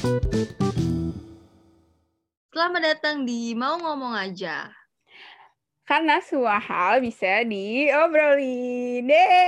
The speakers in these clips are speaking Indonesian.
Selamat datang di Mau Ngomong Aja. Karena semua hal bisa diobrolin.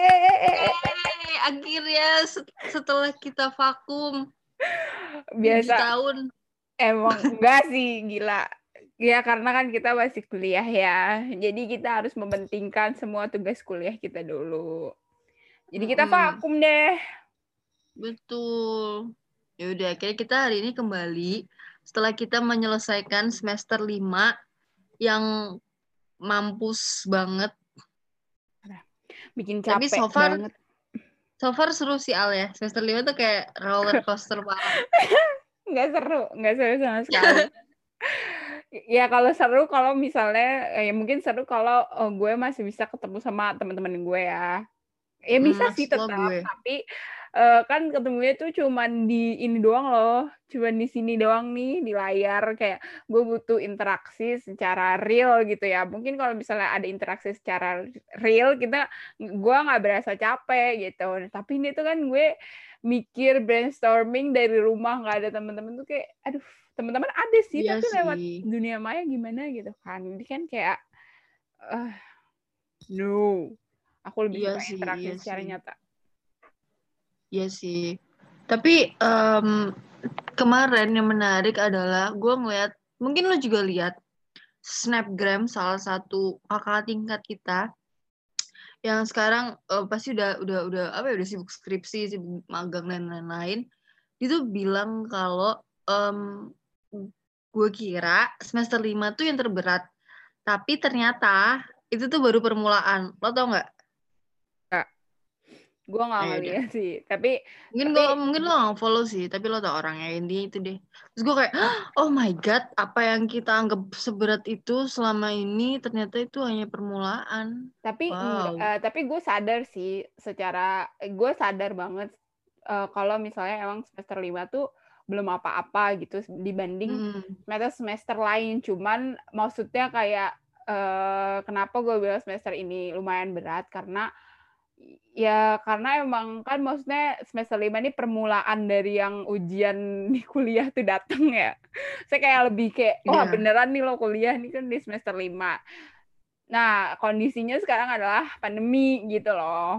Akhirnya setelah kita vakum 7 Biasa tahun. emang enggak sih, gila. Ya karena kan kita masih kuliah ya. Jadi kita harus mementingkan semua tugas kuliah kita dulu. Jadi kita vakum deh. Betul. Ya udah, akhirnya kita hari ini kembali setelah kita menyelesaikan semester 5 yang mampus banget. Bikin Tapi capek banget. so far seru sih Al ya. Semester 5 tuh kayak roller coaster parah. Nggak seru sama sekali. Ya kalau seru kalau misalnya ya mungkin seru kalau gue masih bisa ketemu sama teman-teman gue ya. Ya bisa sih Maksud lo tetap, gue. tapi kan ketemunya tuh cuman di ini doang loh, cuman di sini doang nih di layar, kayak gue butuh interaksi secara real gitu ya. Mungkin kalau misalnya ada interaksi secara real gue nggak berasa capek gitu. Tapi ini tuh kan gue mikir brainstorming dari rumah, nggak ada teman-teman tuh kayak aduh, teman-teman ada sih Iya tapi lewat sih. dunia maya gimana gitu kan. Jadi kan kayak no. Aku lebih Iya suka sih, interaksi iya secara sih. nyata. Iya sih. Tapi kemarin yang menarik adalah gue ngeliat, mungkin lo juga lihat snapgram salah satu kakak tingkat kita yang sekarang pasti udah apa ya, udah sibuk skripsi, sibuk magang dan lain-lain. Dia tuh bilang kalau gue kira semester 5 tuh yang terberat, tapi ternyata itu tuh baru permulaan. Lo tau nggak? Gue nggak Ayo udah. ngeliat sih, tapi Mungkin lo nggak follow sih, tapi lo tau orangnya, intinya itu deh. Terus gue kayak, oh my god, apa yang kita anggap seberat itu selama ini ternyata itu hanya permulaan. Wow. tapi gue sadar sih, gue sadar banget kalau misalnya emang semester 5 tuh belum apa-apa gitu dibanding semester lain. Cuman maksudnya kayak kenapa gue bilang semester ini lumayan berat karena emang kan maksudnya semester 5 ini permulaan dari yang ujian di kuliah tuh datang ya. Saya kayak lebih kayak, wah Iya. beneran nih lo kuliah nih kan di semester 5. Nah, kondisinya sekarang adalah pandemi gitu loh.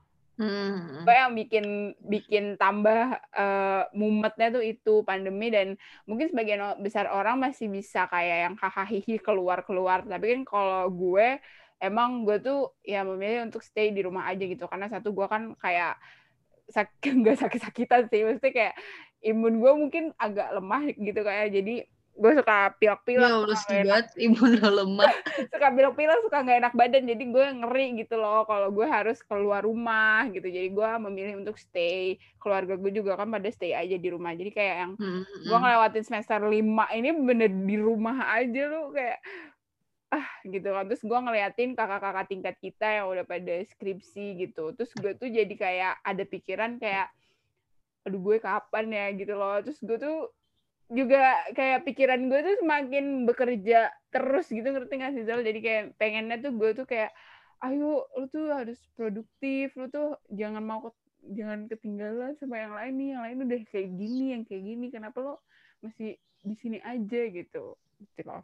Gue yang bikin tambah mumetnya tuh itu pandemi, dan mungkin sebagian besar orang masih bisa kayak yang hahaha keluar-keluar. Tapi kan kalau emang gue tuh ya memilih untuk stay di rumah aja gitu, karena satu gue kan kayak nggak sakit-sakitan sih, mesti kayak imun gue mungkin agak lemah gitu kayak, jadi gue suka pilek-pilek, Ya suka Allah, nggak enak, banget imun lo lemah. suka pilek-pilek, suka nggak enak badan, jadi gue ngeri gitu loh kalau gue harus keluar rumah gitu. Jadi gue memilih untuk stay, keluarga gue juga kan pada stay aja di rumah. Jadi kayak yang gue ngelewatin semester 5 ini bener di rumah aja lu kayak gitu kan. Terus gue ngeliatin kakak-kakak tingkat kita yang udah pada skripsi gitu, terus gue tuh jadi kayak ada pikiran kayak aduh gue kapan ya gitu loh. Terus gue tuh juga kayak pikiran gue tuh semakin bekerja terus gitu, ngerti gak sih Zal? Jadi kayak pengennya tuh gue tuh kayak ayo lu tuh harus produktif, lu tuh jangan ketinggalan sama yang lain nih, yang lain udah kayak gini, yang kayak gini, kenapa lo masih di sini aja gitu loh.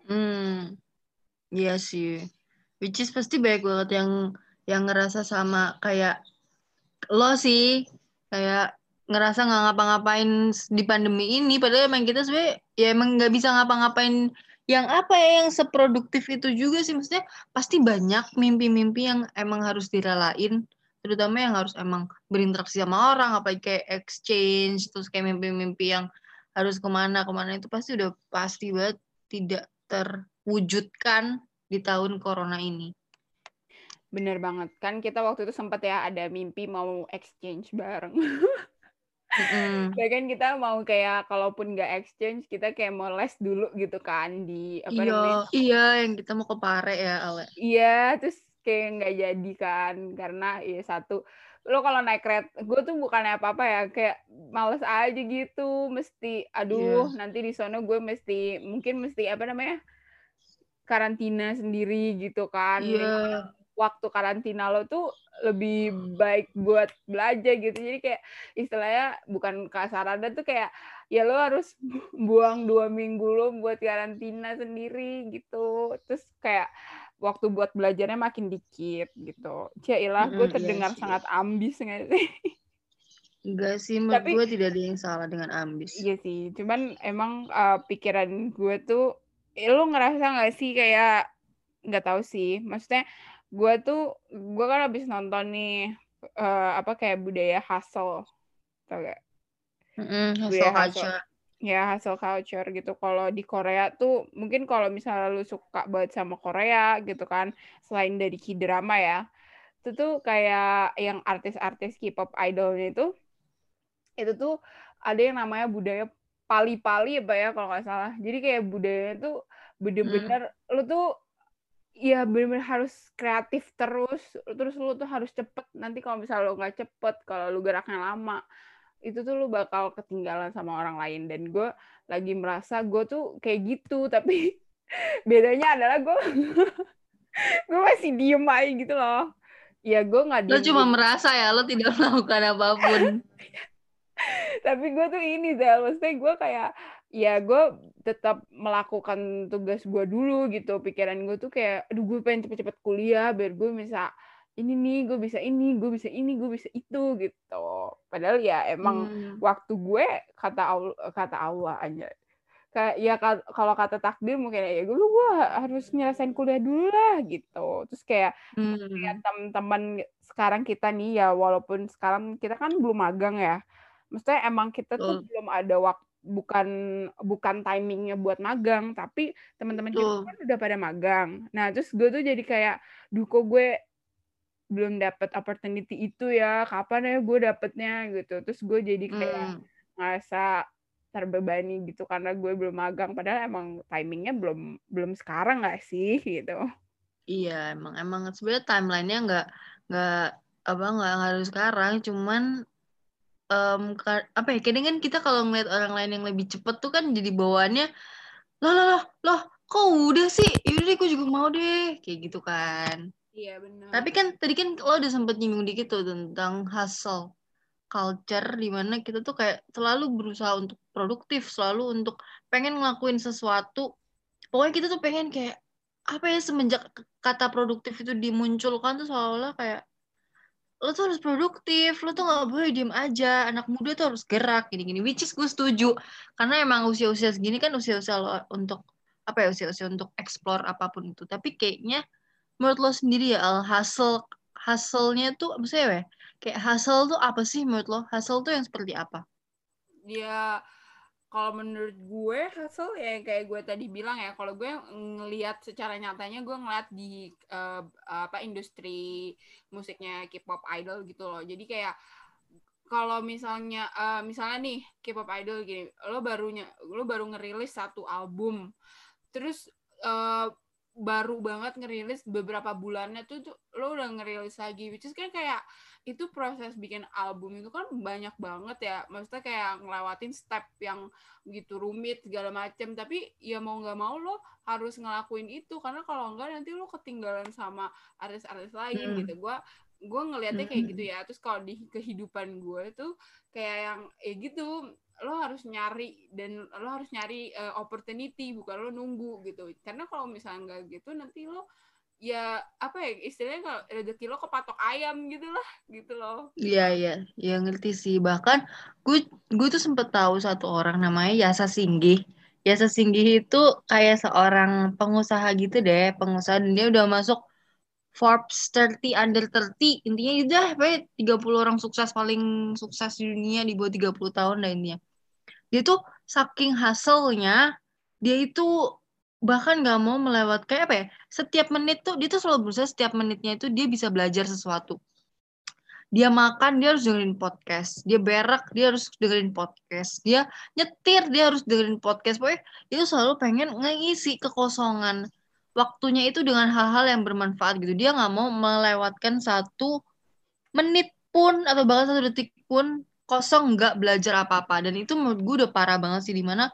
Iya sih. Which is pasti banyak banget yang ngerasa sama kayak lo sih, kayak ngerasa nggak ngapa-ngapain di pandemi ini, padahal emang kita sebenarnya ya emang nggak bisa ngapa-ngapain yang apa ya, yang seproduktif itu juga sih. Maksudnya pasti banyak mimpi-mimpi yang emang harus direlain, terutama yang harus emang berinteraksi sama orang, apalagi kayak exchange, terus kayak mimpi-mimpi yang harus kemana-kemana, itu pasti banget tidak terwujudkan di tahun corona ini. Bener banget, kan kita waktu itu sempat ya ada mimpi mau exchange bareng. Bahkan kita mau kayak kalaupun nggak exchange, kita kayak mau les dulu gitu kan di apa Iya, namanya. iya, yang kita mau ke Pare ya, Ale. Iya, terus kayak nggak jadi kan karena ya satu, lo kalau naik kereta, gue tuh bukannya apa-apa ya, kayak males aja gitu, mesti Iya, aduh nanti di sono gue mungkin mesti apa namanya, karantina sendiri gitu kan. iya. waktu karantina lo tuh lebih baik buat belajar gitu. Jadi kayak istilahnya bukan kasarannya tuh kayak ya lo harus buang 2 minggu lo buat karantina sendiri gitu. Terus kayak waktu buat belajarnya makin dikit gitu. Cailah, gue Iya terdengar sih. sangat ambis nggak sih? Enggak sih, menurut Tapi gue tidak ada yang salah dengan ambis. iya sih, cuman emang pikiran gue tuh, lo ngerasa nggak sih kayak nggak tahu sih, maksudnya gue kan habis nonton nih apa kayak budaya hustle, tau gak? Budaya Hustle hustle, culture. ya hustle culture gitu. Kalau di Korea tuh mungkin kalau misalnya lu suka banget sama Korea gitu kan, selain dari K-drama ya, itu tuh kayak yang artis-artis K-pop idolnya itu tuh ada yang namanya budaya pali-pali apa ya kalau nggak salah. Jadi kayak budayanya tuh bener-bener lu tuh ya bener-bener harus kreatif terus lu tuh harus cepet. Nanti kalau misalnya lu nggak cepet, kalau lu geraknya lama, itu tuh lu bakal ketinggalan sama orang lain. Dan gue lagi merasa gue tuh kayak gitu, tapi bedanya adalah gue masih diem aja gitu loh. Ya gue nggak Lo cuma diem-diem, merasa ya, lo tidak melakukan apapun. tapi gue tuh ini Del, maksudnya gue kayak ya gue tetap melakukan tugas gue dulu gitu. Pikiran gue tuh kayak aduh gue pengen cepet-cepet kuliah biar gue bisa ini nih, gue bisa ini, gue bisa ini, gue bisa itu gitu. Padahal ya emang waktu gue kata Allah aja kayak ya kalau kata takdir mungkin ya gue harus nyelesain kuliah dulu lah gitu. Terus kayak teman-teman sekarang kita nih ya, walaupun sekarang kita kan belum magang ya, maksudnya emang kita tuh belum ada waktu, bukan timingnya buat magang, tapi teman-teman kita kan udah pada magang. Nah terus gue tuh jadi kayak duh kok gue belum dapat opportunity itu ya, kapan ya gue dapetnya gitu. Terus gue jadi kayak ngerasa terbebani gitu karena gue belum magang, padahal emang timingnya belum sekarang nggak sih gitu. Iya, emang sebenarnya timelinenya nggak harus sekarang, cuman apa ya? Kadang kan kita kalau ngeliat orang lain yang lebih cepet tuh kan jadi bawaannya loh, kok udah sih? Yaudah deh, gue juga mau deh, kayak gitu kan. Iya benar. Tapi kan tadi kan lo udah sempet nyinggung dikit tuh tentang hustle culture, dimana kita tuh kayak selalu berusaha untuk produktif, selalu untuk pengen ngelakuin sesuatu. Pokoknya kita tuh pengen kayak apa ya, semenjak kata produktif itu dimunculkan tuh seolah-olah kayak lo tuh harus produktif, lo tuh nggak boleh diem aja, anak muda tuh harus gerak gini-gini, which is gue setuju karena emang usia-usia segini kan usia-usia lo untuk apa ya, usia-usia untuk explore apapun itu. Tapi kayaknya menurut lo sendiri ya, hustle-nya tuh apa sih ya, kayak hustle tuh apa sih menurut lo? Hustle tuh yang seperti apa? Ya kalau menurut gue hasil ya kayak gue tadi bilang ya, kalau gue ngelihat secara nyatanya, gue ngeliat di industri musiknya K-pop idol gitu loh. Jadi kayak kalau misalnya nih K-pop idol gini, lo baru ngerilis satu album, terus baru banget ngerilis beberapa bulannya tuh lo udah ngerilis lagi, which is kan kayak itu proses bikin album itu kan banyak banget ya, maksudnya kayak ngelewatin step yang gitu rumit segala macem, tapi ya mau nggak mau lo harus ngelakuin itu karena kalau enggak nanti lo ketinggalan sama artis-artis lain gitu. Gue ngelihatnya kayak gitu ya. Terus kalau di kehidupan gue tuh kayak yang gitu, lo harus nyari opportunity, bukan lo nunggu gitu. Karena kalau misalnya nggak gitu nanti lo ya apa ya istilahnya, kalau rezeki lo kepatok ayam gitu lah gitu loh. Iya, ngerti sih. Bahkan gue tuh sempet tahu satu orang namanya Yasa Singgih. Yasa Singgih itu kayak seorang pengusaha gitu deh, pengusaha, dan dia udah masuk Forbes 30 under 30. Intinya udah pokoknya 30 orang sukses paling sukses di dunia di bawah 30 tahun lah intinya. Dia tuh saking hustle-nya, dia itu bahkan nggak mau melewat kayak apa ya? Setiap menit tuh dia tuh selalu berusaha, setiap menitnya itu dia bisa belajar sesuatu. Dia makan, dia harus dengerin podcast. Dia berak, dia harus dengerin podcast. Dia nyetir, dia harus dengerin podcast. Pokoknya dia tuh selalu pengen ngisi kekosongan waktunya itu dengan hal-hal yang bermanfaat gitu. Dia nggak mau melewatkan 1 menit pun atau bahkan 1 detik pun kosong nggak belajar apa-apa. Dan itu menurut gue udah parah banget sih, dimana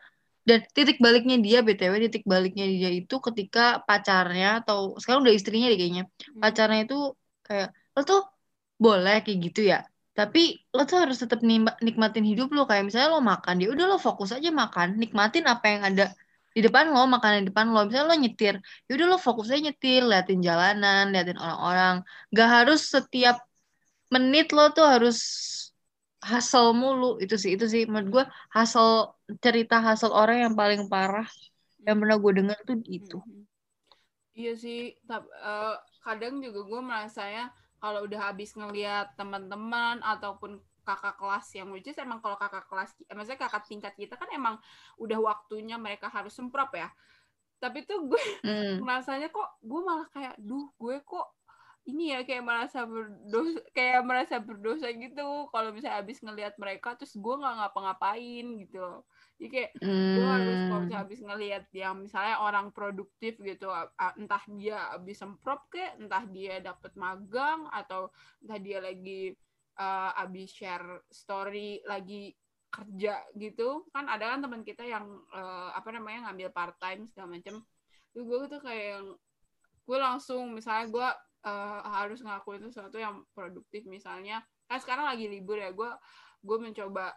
Dan titik baliknya dia itu ketika pacarnya atau sekarang udah istrinya deh kayaknya. Pacarnya itu kayak lo tuh boleh kayak gitu ya. Tapi lo tuh harus tetap nikmatin hidup lo. Kayak misalnya lo makan, dia udah lo fokus aja makan, nikmatin apa yang ada di depan lo, makanan di depan lo. Misalnya lo nyetir, ya udah lo fokus aja nyetir, liatin jalanan, liatin orang-orang. Gak harus setiap menit lo tuh harus hustle mulu. Itu sih menurut gue cerita hustle orang yang paling parah yang pernah gue dengar tuh itu. Iya sih, kadang juga gue merasanya kalau udah habis ngeliat teman-teman ataupun kakak kelas yang which is emang kalau kakak kelas, maksudnya kakak tingkat kita kan emang udah waktunya mereka harus semprot ya. Tapi tuh gue merasanya kok gue malah kayak, gue kok ini ya kayak merasa berdosa gitu kalau misalnya habis ngelihat mereka terus gue nggak ngapa-ngapain gitu. Jadi kayak gue harus kalau misalnya habis ngelihat yang misalnya orang produktif gitu, entah dia habis semprot kayak, entah dia dapat magang atau entah dia lagi habis share story lagi kerja gitu kan, ada kan teman kita yang ngambil part time segala macam. Gue tuh kayak yang gue langsung misalnya gue harus ngelakuin sesuatu yang produktif, misalnya kan sekarang lagi libur ya, gue mencoba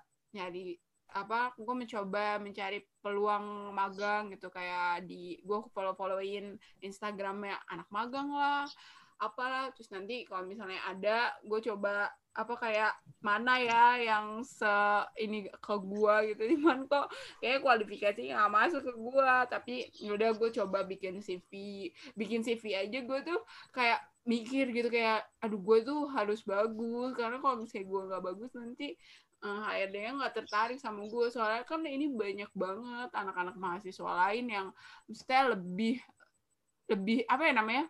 mencari peluang magang gitu, kayak gue follow-followin Instagramnya anak magang lah apalah, terus nanti kalau misalnya ada gue coba kayak mana ya yang ini ke gua gitu, cuman kok kayak kualifikasinya nggak masuk ke gua, tapi udah gue coba bikin CV aja. Gue tuh kayak mikir gitu kayak aduh gue tuh harus bagus, karena kalau misalnya gue nggak bagus nanti HRD-nya nggak tertarik sama gue, soalnya kan ini banyak banget anak-anak mahasiswa lain yang mestinya lebih apa ya namanya,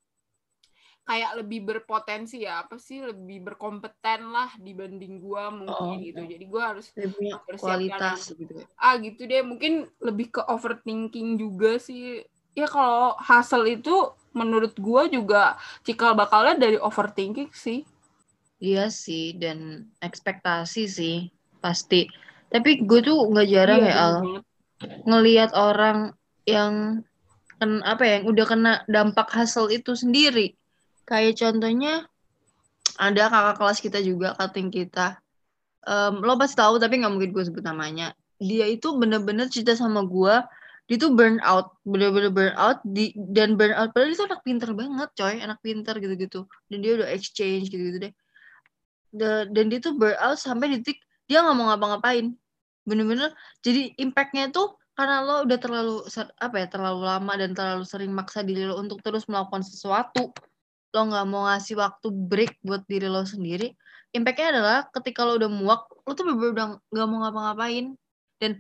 kayak lebih berpotensi lebih berkompeten lah dibanding gue mungkin gitu. Jadi gue harus mempersiapkan gitu gitu deh, mungkin lebih ke overthinking juga sih ya. Kalau hustle itu menurut gue juga cikal bakalnya dari overthinking sih. Iya sih, dan ekspektasi sih pasti. Tapi gue tuh nggak jarang ngelihat orang yang yang udah kena dampak hustle itu sendiri. Kayak contohnya ada kakak kelas kita juga, cutting kita. Lo pasti tahu tapi nggak mungkin gue sebut namanya. Dia itu bener-bener cerita sama gue, dia tuh burn out, bener-bener burn out dan burn out. Padahal dia tuh anak pinter banget, coy, anak pinter gitu-gitu. Dan dia udah exchange gitu-gitu deh. Dan dia tuh burn out sampai titik dia nggak mau ngapa-ngapain. Bener-bener. Jadi impactnya tuh karena lo udah terlalu lama dan terlalu sering maksa diri lo untuk terus melakukan sesuatu, lo nggak mau ngasih waktu break buat diri lo sendiri. Impactnya adalah ketika lo udah muak, lo tuh bener-bener udah nggak mau ngapa-ngapain. Dan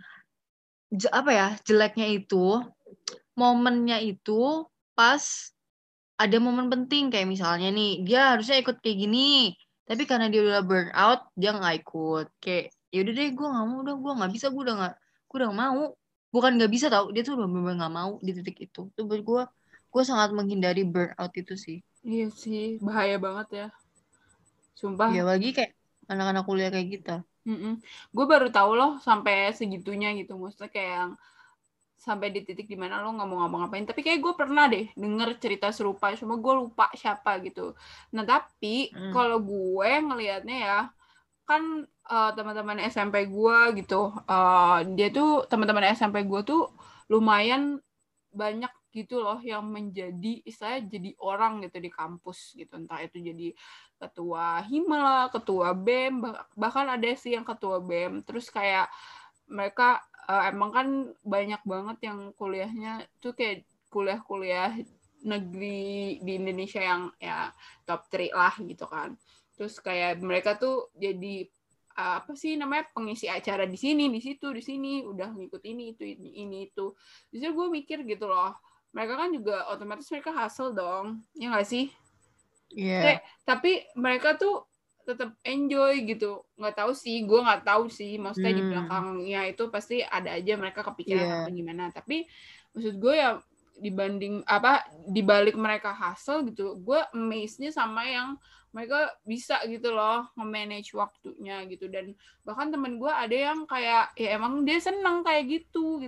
jeleknya itu, momennya itu pas ada momen penting, kayak misalnya nih dia harusnya ikut kayak gini, tapi karena dia udah burn out dia nggak ikut. Kayak yaudah deh, gue nggak mau, udah gue nggak bisa, gue udah mau. Bukan nggak bisa tau, dia tuh udah bener-bener nggak mau di titik itu. Tuh buat gue sangat menghindari burn out itu sih. Iya sih, bahaya banget ya, sumpah. Ya lagi kayak anak-anak kuliah kayak kita. Gue baru tahu loh sampai segitunya gitu, maksudnya kayak yang sampai di titik dimana lo nggak mau ngapa-ngapain. Tapi kayak gue pernah deh denger cerita serupa, cuma gue lupa siapa gitu. Nah tapi kalau gue ngelihatnya ya, kan teman-teman SMP gue gitu, dia tuh teman-teman SMP gue tuh lumayan banyak gitu loh yang menjadi istilahnya jadi orang gitu di kampus gitu, entah itu jadi ketua hima lah, ketua BEM, bahkan ada sih yang ketua BEM. Terus kayak mereka emang kan banyak banget yang kuliahnya tuh kayak kuliah-kuliah negeri di Indonesia yang ya top 3 lah gitu kan. Terus kayak mereka tuh jadi apa sih namanya, pengisi acara di sini, di situ, di sini, udah ngikut ini itu. Justru gue mikir gitu loh, mereka kan juga otomatis mereka hustle dong, ya nggak sih? Iya. Tapi mereka tuh tetap enjoy gitu. Gue nggak tahu sih, maksudnya di belakangnya itu pasti ada aja mereka kepikiran apa gimana. Tapi maksud gue ya dibalik mereka hustle gitu, gue amazed-nya sama yang mereka bisa gitu loh nge-manage waktunya gitu. Dan bahkan temen gue ada yang kayak ya emang dia seneng kayak gitu.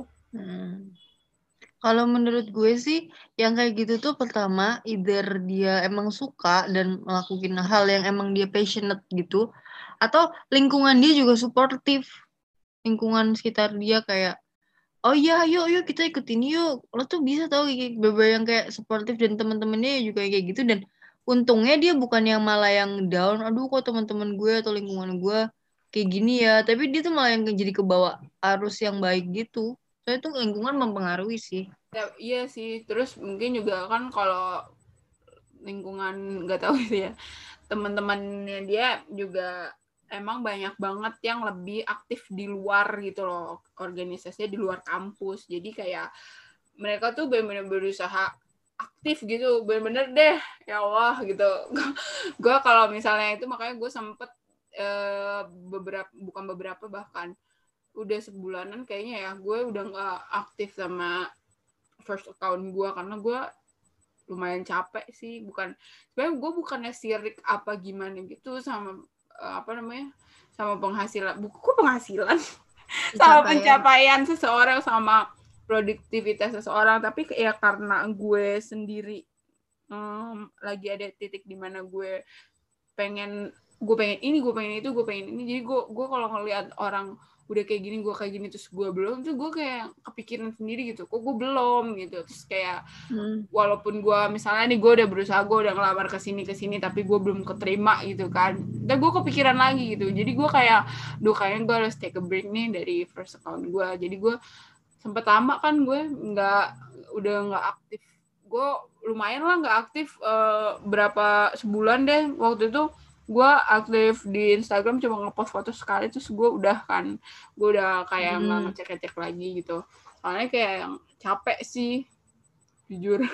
Kalau menurut gue sih yang kayak gitu tuh pertama either dia emang suka dan melakukan hal yang emang dia passionate gitu, atau lingkungan dia juga suportif, lingkungan sekitar dia kayak oh iya yuk kita ikutin yuk, lo tuh bisa tau kayak beberapa yang kayak suportif dan teman-temannya juga kayak gitu. Dan untungnya dia bukan yang malah yang down, aduh kok teman-teman gue atau lingkungan gue kayak gini ya, tapi dia tuh malah yang jadi kebawa arus yang baik gitu. Soalnya itu lingkungan mempengaruhi sih. Ya, iya sih. Terus mungkin juga kan kalau lingkungan nggak tahu sih ya, teman-temannya dia juga emang banyak banget yang lebih aktif di luar gitu loh, organisasinya di luar kampus. Jadi kayak mereka tuh benar-benar berusaha aktif gitu, bener-bener deh, ya Allah gitu. Gue kalau misalnya itu makanya gue sempet bukan beberapa bahkan udah sebulanan kayaknya ya gue udah nggak aktif sama first account gue karena gue lumayan capek sih. Sebenarnya gue bukannya sirik apa gimana gitu sama apa namanya sama penghasilan sama pencapaian seseorang sama produktivitas seseorang, tapi ya karena gue sendiri lagi ada titik di mana gue pengen ini, gue pengen itu, gue pengen ini. Jadi gue kalau ngelihat orang udah kayak gini, gue kayak gini, terus gue belum, tuh gue kayak kepikiran sendiri gitu, kok gue belum gitu. Terus kayak walaupun gue misalnya nih gue udah berusaha, gue udah ngelamar ke sini tapi gue belum keterima gitu kan, dan gue kepikiran lagi gitu. Jadi gue kayak kayaknya gue harus take a break nih dari first account gue. Jadi gue sempet lama kan gue udah nggak aktif. Gue lumayan lah nggak aktif berapa sebulan deh. Waktu itu gue aktif di Instagram cuma ngepost foto sekali, terus gue udah kayak nggak ngecek lagi gitu. Soalnya kayak yang capek sih, jujur.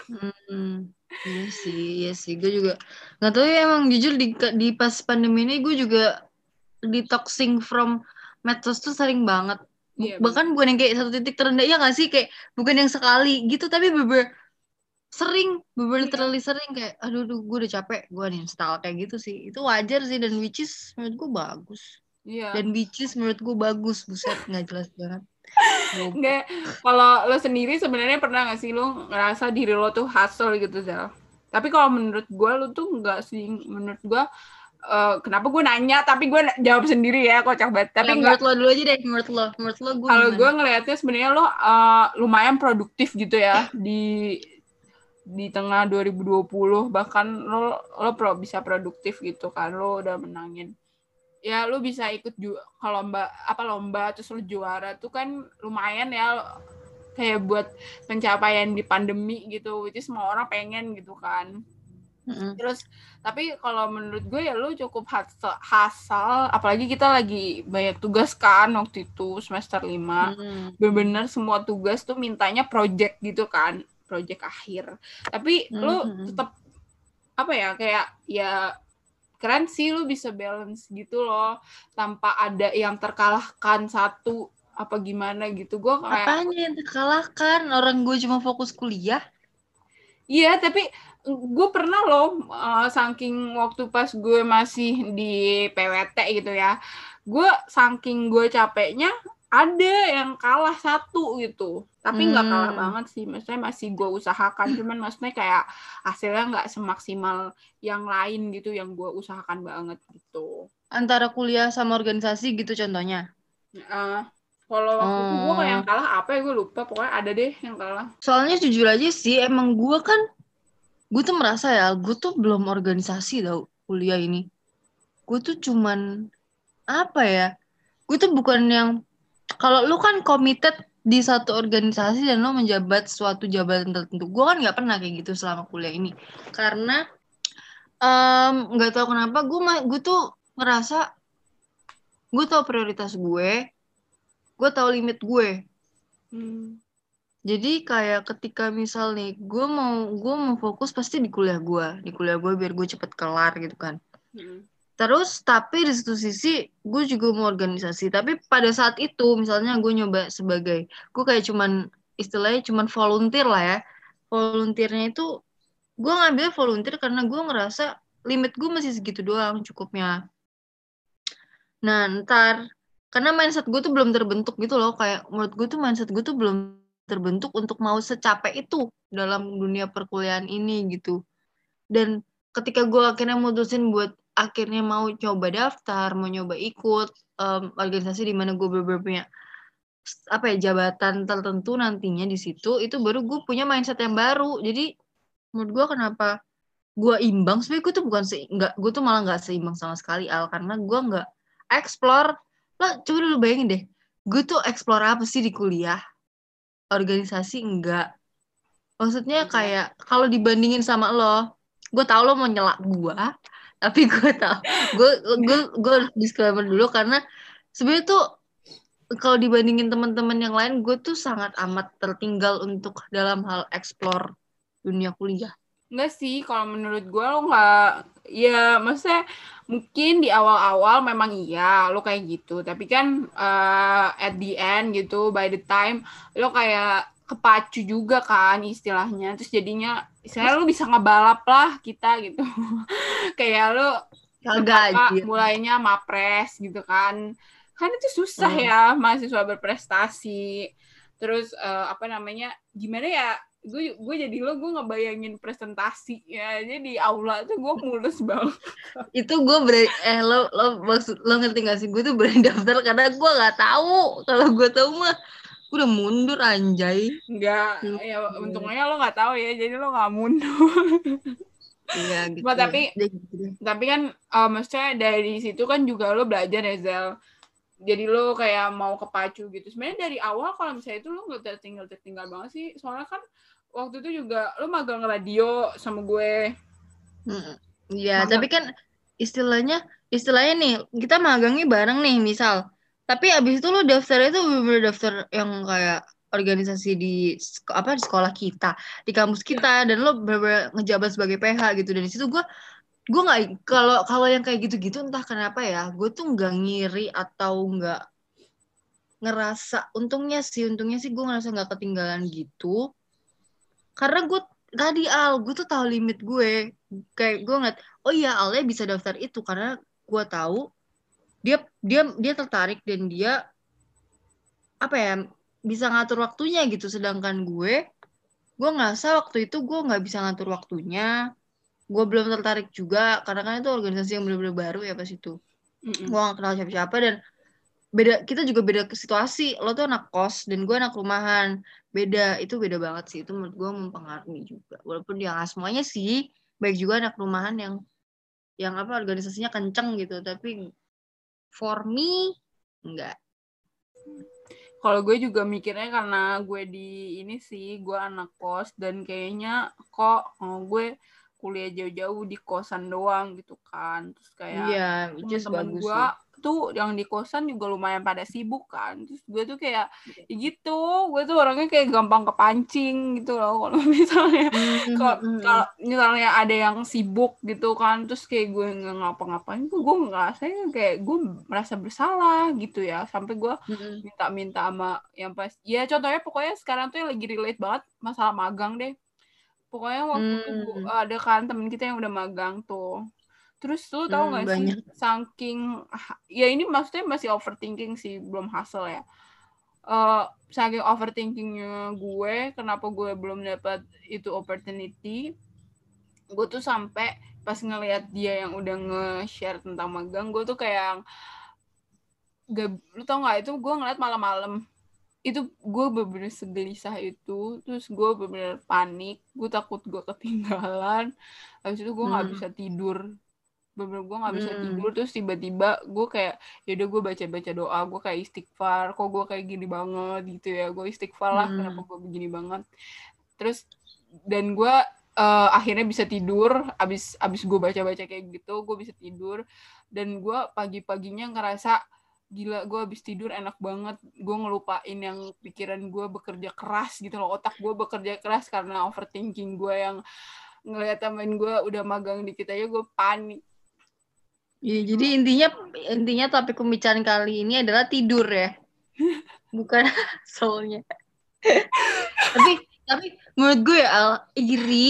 Iya sih, gue juga nggak tahu ya, emang jujur di pas pandemi ini gue juga detoxing from medsos tuh sering banget. Bahkan bukan yang kayak satu titik terendah ya nggak sih, kayak bukan yang sekali gitu, tapi sering, literally sering kayak aduh gue udah capek, gue uninstall kayak gitu sih. Itu wajar sih, dan which is menurut gue bagus. Dan which is menurut gue bagus, buset nggak jelas banget. Nggak, kalau lo sendiri sebenarnya pernah nggak sih lo ngerasa diri lo tuh hustle gitu, Zal? Tapi kalau menurut gue lo tuh nggak sih. Menurut gue kenapa gue nanya tapi gue jawab sendiri ya, kocak banget. Tapi menurut lo dulu aja deh, menurut lo gue kalau gue ngelihatnya sebenarnya lo lumayan produktif gitu ya di tengah 2020, bahkan lo bisa produktif gitu kan, lo udah menangin ya, lu bisa ikut kalau lomba terus lu juara tuh kan lumayan ya, kayak buat pencapaian di pandemi gitu, which is semua orang pengen gitu kan. Terus tapi kalau menurut gue ya lu cukup hustle, apalagi kita lagi banyak tugas kan waktu itu semester 5. Bener-bener semua tugas tuh mintanya project gitu kan, project akhir. Tapi lu tetap apa ya, kayak ya keren sih lu bisa balance gitu loh tanpa ada yang terkalahkan satu apa gimana gitu. Gue kayak apanya yang terkalahkan, orang gue cuma fokus kuliah. Iya, tapi gue pernah loh saking waktu pas gue masih di PWT gitu ya, gue saking gue capeknya ada yang kalah satu gitu, tapi nggak kalah banget sih, maksudnya masih gue usahakan, cuman maksudnya kayak hasilnya nggak semaksimal yang lain gitu yang gue usahakan banget gitu. Antara kuliah sama organisasi gitu contohnya. Kalau waktu itu gue kayak yang kalah apa ya, gue lupa, pokoknya ada deh yang kalah. Soalnya jujur aja sih, emang gue tuh merasa ya, gue tuh belum organisasi tau kuliah ini. Gue tuh cuman apa ya, gue tuh bukan yang, kalau lu kan committed di satu organisasi dan lu menjabat suatu jabatan tertentu, gue kan nggak pernah kayak gitu selama kuliah ini. Karena nggak tahu kenapa gue tuh ngerasa gue tahu prioritas gue tahu limit gue. Jadi kayak ketika misal nih gue mau fokus pasti di kuliah gue biar gue cepet kelar gitu kan. Terus tapi di satu sisi gue juga mau organisasi, tapi pada saat itu misalnya gue nyoba gue kayak istilahnya cuman volunteer lah ya. Volunteernya itu gue ngambil volunteer karena gue ngerasa limit gue masih segitu doang cukupnya. Nah ntar karena mindset gue tuh belum terbentuk gitu loh, kayak menurut gue tuh mindset gue tuh belum terbentuk untuk mau secapek itu dalam dunia perkuliahan ini gitu. Dan ketika gue akhirnya mutusin buat akhirnya mau coba daftar, mau nyoba ikut organisasi di mana gue bener-bener punya apa ya, jabatan tertentu nantinya di situ, itu baru gue punya mindset yang baru. Jadi menurut gue kenapa gue imbang, sebenarnya gue tuh bukan gue tuh malah nggak seimbang sama sekali karena gue nggak explore. Lo coba dulu bayangin deh, gue tuh explore apa sih di kuliah? Organisasi enggak. Maksudnya kayak kalau dibandingin sama lo, gue tau lo mau nyelak gue, tapi gue disclaimer dulu karena sebenarnya tuh kalau dibandingin teman-teman yang lain, gue tuh sangat amat tertinggal untuk dalam hal explore dunia kuliah. Enggak sih, kalau menurut gue lo nggak, ya maksudnya mungkin di awal-awal memang iya lo kayak gitu, tapi kan at the end gitu, by the time lo kayak kepacu juga kan istilahnya, terus jadinya istilahnya lo bisa ngebalap lah kita gitu. Kayak lo Kagak aja. mulainya mapres gitu kan itu susah ya mahasiswa berprestasi. Terus apa namanya, gimana ya, gue jadi gue ngebayangin presentasi ya aja di aula tuh gue mulus banget. Itu gue lo maksud lo ngerti gak sih, gue tuh berani daftar karena gue nggak tahu. Kalau gue tahu mah gue udah mundur anjay. Enggak, ya untungnya lo nggak tahu ya, jadi lo nggak mundur. Iya gitu. Tapi kan maksudnya dari situ kan juga lo belajar ya Zel. Jadi lo kayak mau kepacu gitu. Sebenarnya dari awal kalau misalnya itu lo nggak tertinggal banget sih. Soalnya kan waktu itu juga lo magang radio sama gue. Iya, tapi kan istilahnya nih kita magangnya bareng nih misal. Tapi abis itu lo daftar itu bener-bener daftar yang kayak organisasi di sekolah kita, di kampus kita, dan lo bener-bener ngejabat sebagai PH gitu. Dan di situ gue nggak, kalau yang kayak gitu-gitu entah kenapa ya, gue tuh nggak ngiri atau nggak ngerasa, untungnya sih gue ngerasa nggak ketinggalan gitu, karena gue tadi gue tuh tahu limit gue. Kayak gue ngeliat, oh iya Alnya bisa daftar itu karena gue tahu dia tertarik dan dia apa ya, bisa ngatur waktunya gitu. Sedangkan gue ngerasa waktu itu gue nggak bisa ngatur waktunya. Gue belum tertarik juga karena kan itu organisasi yang benar-benar baru ya pas itu. Gue gak kenal siapa-siapa dan kita juga beda situasi. Lo tuh anak kos dan gue anak rumahan. Itu beda banget sih. Itu menurut gue mempengaruhi juga. Walaupun ya nggak semuanya sih. Baik juga anak rumahan yang apa organisasinya kenceng gitu. Tapi for me enggak. Kalau gue juga mikirnya karena gue di ini sih, gue anak kos dan kayaknya kok gue kuliah jauh-jauh di kosan doang gitu kan. Terus kayak teman-teman gue tuh yang di kosan juga lumayan pada sibuk kan. Terus gue tuh kayak ya gitu, gue tuh orangnya kayak gampang kepancing gitu loh. Kalau misalnya kalau misalnya ada yang sibuk gitu kan, terus kayak gue nggak ngapa-ngapain, gue ngerasanya kayak gue merasa bersalah gitu ya. Sampai gue minta-minta sama yang pas, ya contohnya pokoknya sekarang tuh yang lagi relate banget masalah magang deh. Pokoknya waktu itu ada kan temen kita yang udah magang tuh. Terus lu tau gak sih, saking, ya ini maksudnya masih overthinking sih, belum hasil ya. Saking overthinkingnya gue, kenapa gue belum dapat itu opportunity, gue tuh sampai pas ngelihat dia yang udah nge-share tentang magang, gue tuh kayak, lu tau gak, itu gue ngeliat malam-malam, itu gue bener-bener segelisah itu, terus gue bener-bener panik, gue takut gue ketinggalan, habis itu gue nggak bisa tidur, bener-bener gue nggak bisa tidur. Terus tiba-tiba gue kayak yaudah gue baca-baca doa, gue kayak istighfar, kok gue kayak gini banget gitu ya, gue istighfar lah kenapa gue begini banget. Terus dan gue akhirnya bisa tidur, abis gue baca-baca kayak gitu gue bisa tidur, dan gue pagi-paginya ngerasa gila, gue habis tidur enak banget, gue ngelupain yang pikiran gue bekerja keras gitu loh, otak gue bekerja keras karena overthinking gue yang ngeliat temen gue udah magang dikit aja gue panik. Ya, jadi intinya topik pembicaraan kali ini adalah tidur ya, bukan soalnya. tapi menurut gue iri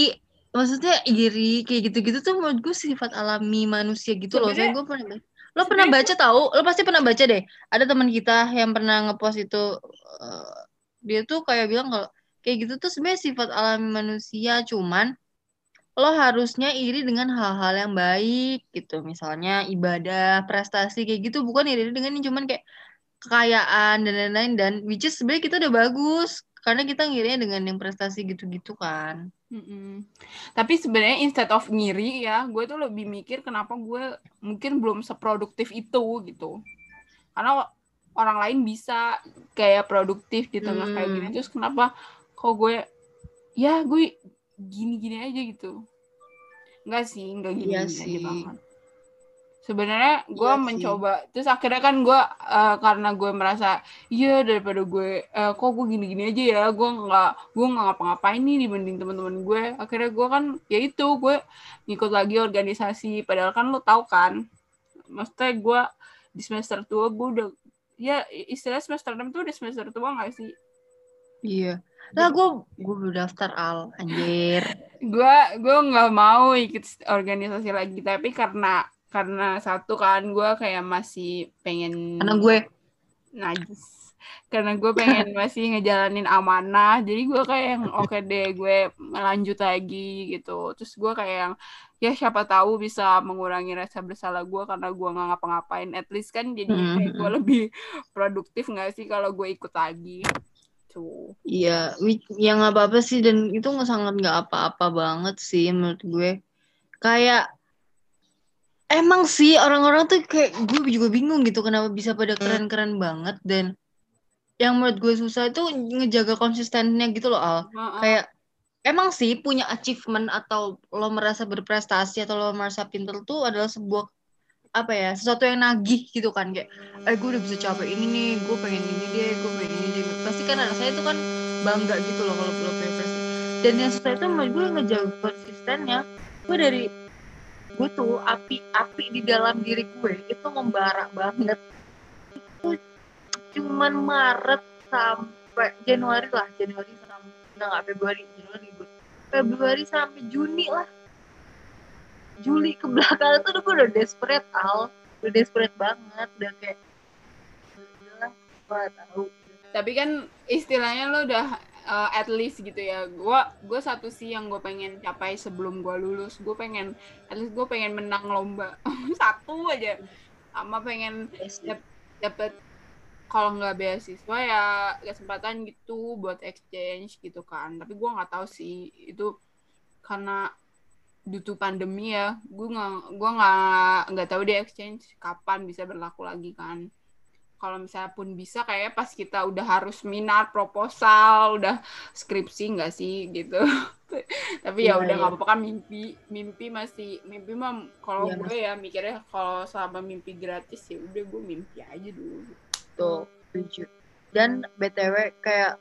maksudnya iri kayak gitu-gitu tuh menurut gue sifat alami manusia gitu loh. Saya gue pernah baca tahu, lo pasti pernah baca deh. Ada teman kita yang pernah ngepost itu, dia tuh kayak bilang kalau kayak gitu tuh sebenarnya sifat alami manusia, cuman lo harusnya iri dengan hal-hal yang baik gitu, misalnya ibadah, prestasi kayak gitu, bukan iri dengan yang cuman kayak kekayaan dan lain-lain, dan which is sebenarnya kita udah bagus karena kita ngirinya dengan yang prestasi gitu-gitu kan. Tapi sebenarnya instead of ngiri ya, gue tuh lebih mikir kenapa gue mungkin belum seproduktif itu gitu. Karena orang lain bisa kayak produktif di tengah kayak gini, terus kenapa kok gue gini-gini aja gitu. Enggak gini-gini aja banget. Sebenarnya gue mencoba, terus akhirnya kan gue karena gue merasa daripada gue kok gue gini-gini aja ya, gue nggak ngapa-ngapain nih dibanding teman-teman gue. Akhirnya gue kan gue ngikut lagi organisasi, padahal kan lo tahu kan, maksudnya gue di semester 2 gue udah istilah semester 6 tuh udah semester tua nggak sih? Iya. Lah gue daftar anjir. gue nggak mau ikut organisasi lagi, tapi karena satu kan gue kayak masih pengen karena gue pengen masih ngejalanin amanah, jadi gue kayak yang oke deh gue lanjut lagi gitu. Terus gue kayak yang siapa tahu bisa mengurangi rasa bersalah gue karena gue nggak ngapa-ngapain, at least kan jadi kayak gue lebih produktif nggak sih kalau gue ikut lagi tuh. Iya, yang nggak apa-apa sih, dan itu sangat nggak apa-apa banget sih menurut gue. Kayak emang sih orang-orang tuh kayak gue juga bingung gitu kenapa bisa pada keren-keren banget, dan yang menurut gue susah itu ngejaga konsistennya gitu loh, Al. Kayak emang sih punya achievement atau lo merasa berprestasi atau lo merasa pinter tuh adalah sebuah sesuatu yang nagih gitu kan, kayak gue udah bisa capai ini nih, gue pengen ini deh, pasti kan rasanya itu kan bangga gitu loh kalau lo punya prestasi. Dan yang susah itu menurut gue ngejaga konsistennya. Gue tuh api di dalam diri gue itu membara banget itu cuman Maret sampai Januari Februari sampai Juni lah. Juli ke belakang tuh gue udah desperate, udah desperate banget, udah kayak udahlah gue tahu. Tapi kan istilahnya lo udah at least gitu ya. Gue satu sih yang gue pengen capai sebelum gue lulus, gue pengen menang lomba satu aja, sama pengen dapet kalau nggak beasiswa ya kesempatan gitu buat exchange gitu kan. Tapi gue nggak tahu sih itu karena due to pandemi ya, gue nggak tahu deh exchange kapan bisa berlaku lagi kan. Kalau misalnya pun bisa kayak pas kita udah harus minat proposal, udah skripsi nggak sih gitu. Tapi ya udah nggak apa-apa kan, mimpi mah kalau gue ya mikirnya kalau selama mimpi gratis ya udah gue mimpi aja dulu. Tuh, setuju. Dan BTW kayak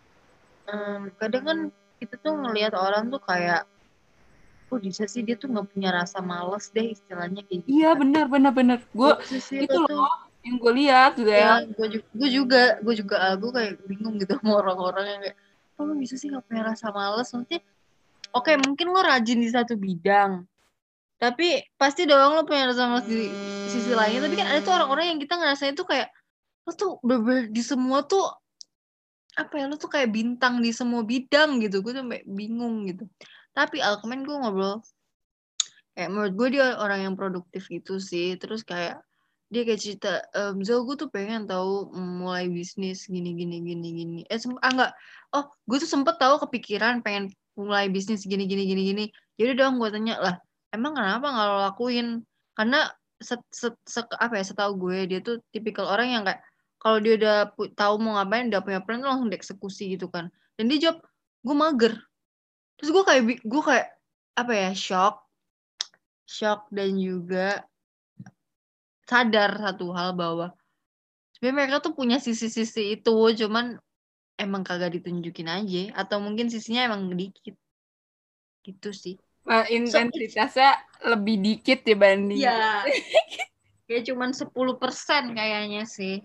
kadang kan kita tuh ngelihat orang tuh kayak bisa sih dia tuh nggak punya rasa malas deh istilahnya kayak gitu. Iya benar. Gue itu loh yang gue lihat gitu ya. Gue juga aku kayak bingung gitu sama orang-orang yang kayak lu bisa sih nggak punya rasa malas. Maksudnya oke, mungkin lo rajin di satu bidang, tapi pasti dong lo punya rasa malas di sisi lainnya. Tapi kan ada tuh orang-orang yang kita ngerasain tuh kayak lo tuh bener di semua tuh lo tuh kayak bintang di semua bidang gitu. Gue tuh sampai bingung gitu. Tapi kemarin gue ngobrol, kayak menurut gue dia orang yang produktif gitu sih. Terus kayak dia kayak cerita, Zal, gue tuh pengen tahu mulai bisnis gini. Enggak. Gue tuh sempet tahu kepikiran pengen mulai bisnis gini. Jadi dong gue tanya lah, emang kenapa nggak lo lakuin? Karena setahu gue dia tuh tipikal orang yang kayak kalau dia udah tahu mau ngapain, udah punya plan tuh langsung dieksekusi gitu kan. Dan dia jawab, gue mager. Terus gue kayak shock dan juga sadar satu hal bahwa sebenarnya mereka tuh punya sisi-sisi itu, cuman emang kagak ditunjukin aja, atau mungkin sisinya emang dikit gitu sih. Intensitasnya lebih dikit dibanding. Iya. Kayak cuman 10% kayaknya sih.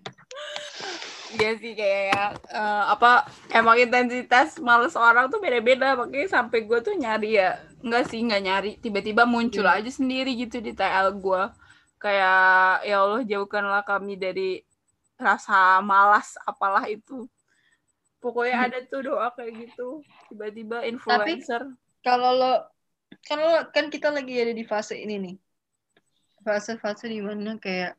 Iya sih kayak emang intensitas males orang tuh beda-beda, makanya sampai gue tuh nyari ya Enggak sih, enggak nyari, tiba-tiba muncul aja sendiri gitu di TL gue. Kayak ya Allah jauhkanlah kami dari rasa malas apalah itu. Pokoknya ada tuh doa kayak gitu, tiba-tiba influencer. Tapi kalau kan kita lagi ada di fase ini nih. Fase-fase dimana kayak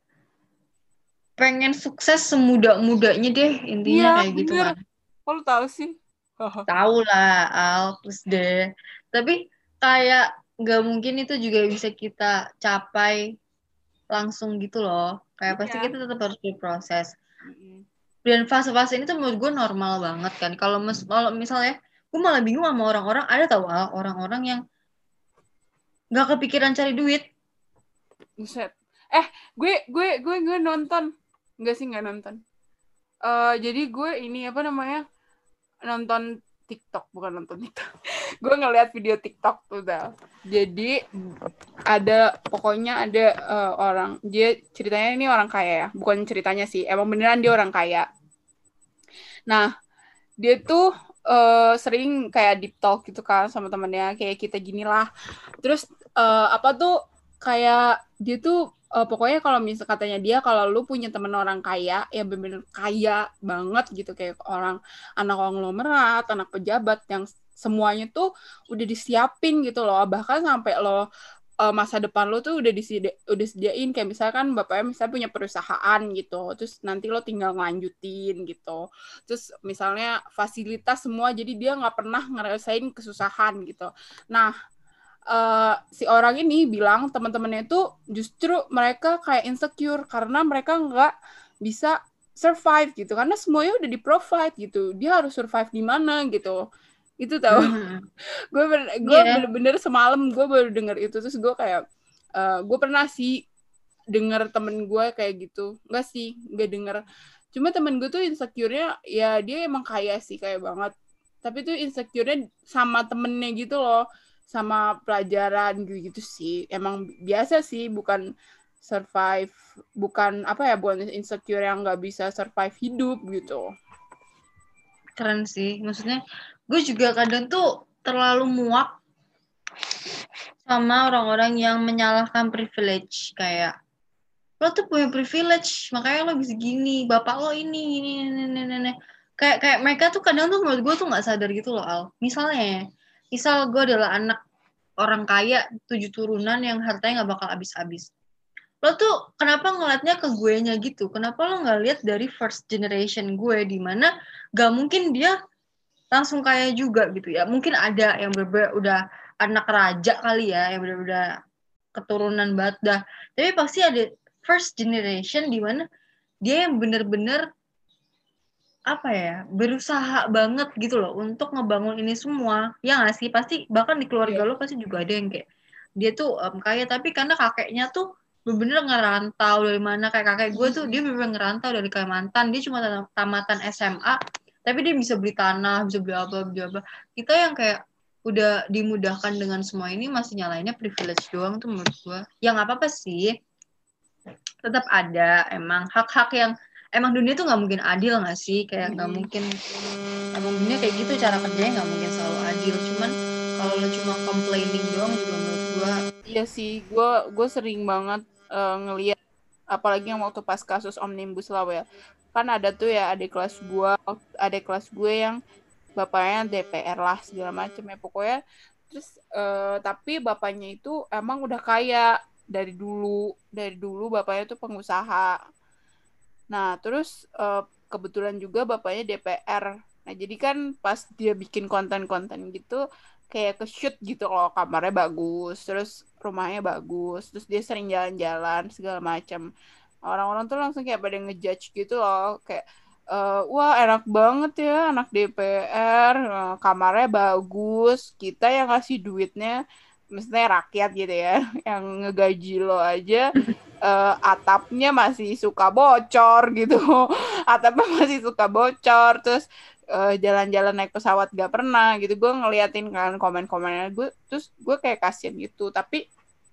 pengen sukses semudah-mudahnya deh, intinya kayak gitu Bener. kan. Kok lu tahu sih? Tahu lah, Alpus deh. Tapi kayak nggak mungkin itu juga bisa kita capai langsung gitu loh. Kayak pasti kita tetap harus berproses. Dan fase-fase ini tuh menurut gue normal banget kan. Kalau misalnya, gue malah bingung sama orang-orang. Ada tau orang-orang yang nggak kepikiran cari duit. Buset. Gue nonton. Enggak sih, nggak nonton. Jadi gue ini apa namanya, nonton TikTok, bukan nonton TikTok. Gue ngeliat video TikTok tuh dah. Jadi pokoknya ada orang, dia ceritanya ini orang kaya ya, bukan ceritanya sih, emang beneran dia orang kaya. Nah, dia tuh sering kayak deep talk gitu kan sama temennya, kayak kita gini lah. Terus apa tuh, kayak dia tuh pokoknya kalau misal katanya dia, kalau lu punya temen orang kaya, ya bener-bener kaya banget gitu, kayak anak konglomerat, anak pejabat yang semuanya tuh udah disiapin gitu loh, bahkan sampai lo masa depan lo tuh udah disediain, kayak misalkan bapaknya misalnya punya perusahaan gitu, terus nanti lo tinggal ngelanjutin gitu, terus misalnya fasilitas semua, jadi dia nggak pernah ngerasain kesusahan gitu. Nah, si orang ini bilang teman-temannya itu justru mereka kayak insecure karena mereka nggak bisa survive gitu, karena semuanya udah di provide gitu, dia harus survive di mana gitu. Itu tahu. gue bener-bener semalam gue baru denger itu, terus gue kayak gue pernah sih denger temen gue kayak gitu. Enggak sih, nggak denger, cuma temen gue tuh insecure-nya ya, dia emang kaya sih, kaya banget, tapi tuh insecure-nya sama temennya gitu loh, sama pelajaran gitu sih. Emang biasa sih, bukan survive, bukan apa ya, bukan insecure yang nggak bisa survive hidup gitu. Keren sih, maksudnya gue juga kadang tuh terlalu muak sama orang-orang yang menyalahkan privilege. Kayak lo tuh punya privilege, makanya lo bisa gini, bapak lo ini. Kayak mereka tuh kadang tuh menurut gue tuh nggak sadar gitu loh, Al. Misal gue adalah anak orang kaya 7 turunan yang hartanya nggak bakal habis-habis. Lo tuh kenapa ngeliatnya ke gue nya gitu? Kenapa lo nggak lihat dari first generation gue, di mana gak mungkin dia langsung kaya juga gitu ya? Mungkin ada yang bener-bener udah anak raja kali ya, yang bener-bener udah keturunan banget dah. Tapi pasti ada first generation di mana dia yang bener-bener apa ya, berusaha banget gitu loh untuk ngebangun ini semua. Ya nggak sih? Pasti bahkan di keluarga lo pasti juga ada yang kayak dia tuh kaya, tapi karena kakeknya tuh bener-bener ngerantau dari mana. Kayak kakek gue tuh dia bener-bener ngerantau dari Kalimantan, dia cuma tamatan SMA tapi dia bisa beli tanah, bisa beli apa. Kita yang kayak udah dimudahkan dengan semua ini masih nyalainnya privilege doang tuh menurut gue. Ya nggak apa-apa sih, tetap ada emang hak-hak yang emang dunia tuh nggak mungkin adil nggak sih, kayak nggak mungkin, emang dunia kayak gitu, cara kerjanya nggak mungkin selalu adil. Cuman kalau lo cuma complaining doang juga menurut gue. Iya sih, gue sering banget ngelihat, apalagi yang waktu pas kasus Omnibus Law ya, kan ada tuh ya adik kelas gue yang bapaknya DPR lah segala macam ya pokoknya. Terus tapi bapaknya itu emang udah kaya dari dulu bapaknya tuh pengusaha. Nah terus kebetulan juga bapaknya DPR. Nah jadi kan pas dia bikin konten-konten gitu, kayak ke-shoot gitu loh, kamarnya bagus, terus rumahnya bagus, terus dia sering jalan-jalan segala macam. Orang-orang tuh langsung kayak pada ngejudge gitu loh, kayak wah enak banget ya anak DPR, kamarnya bagus, kita yang kasih duitnya, maksudnya rakyat gitu ya, yang ngegaji lo aja atapnya masih suka bocor gitu, atapnya masih suka bocor, terus jalan-jalan naik pesawat gak pernah gitu. Gue ngeliatin kan komen-komennya, terus gue kayak kasian gitu. Tapi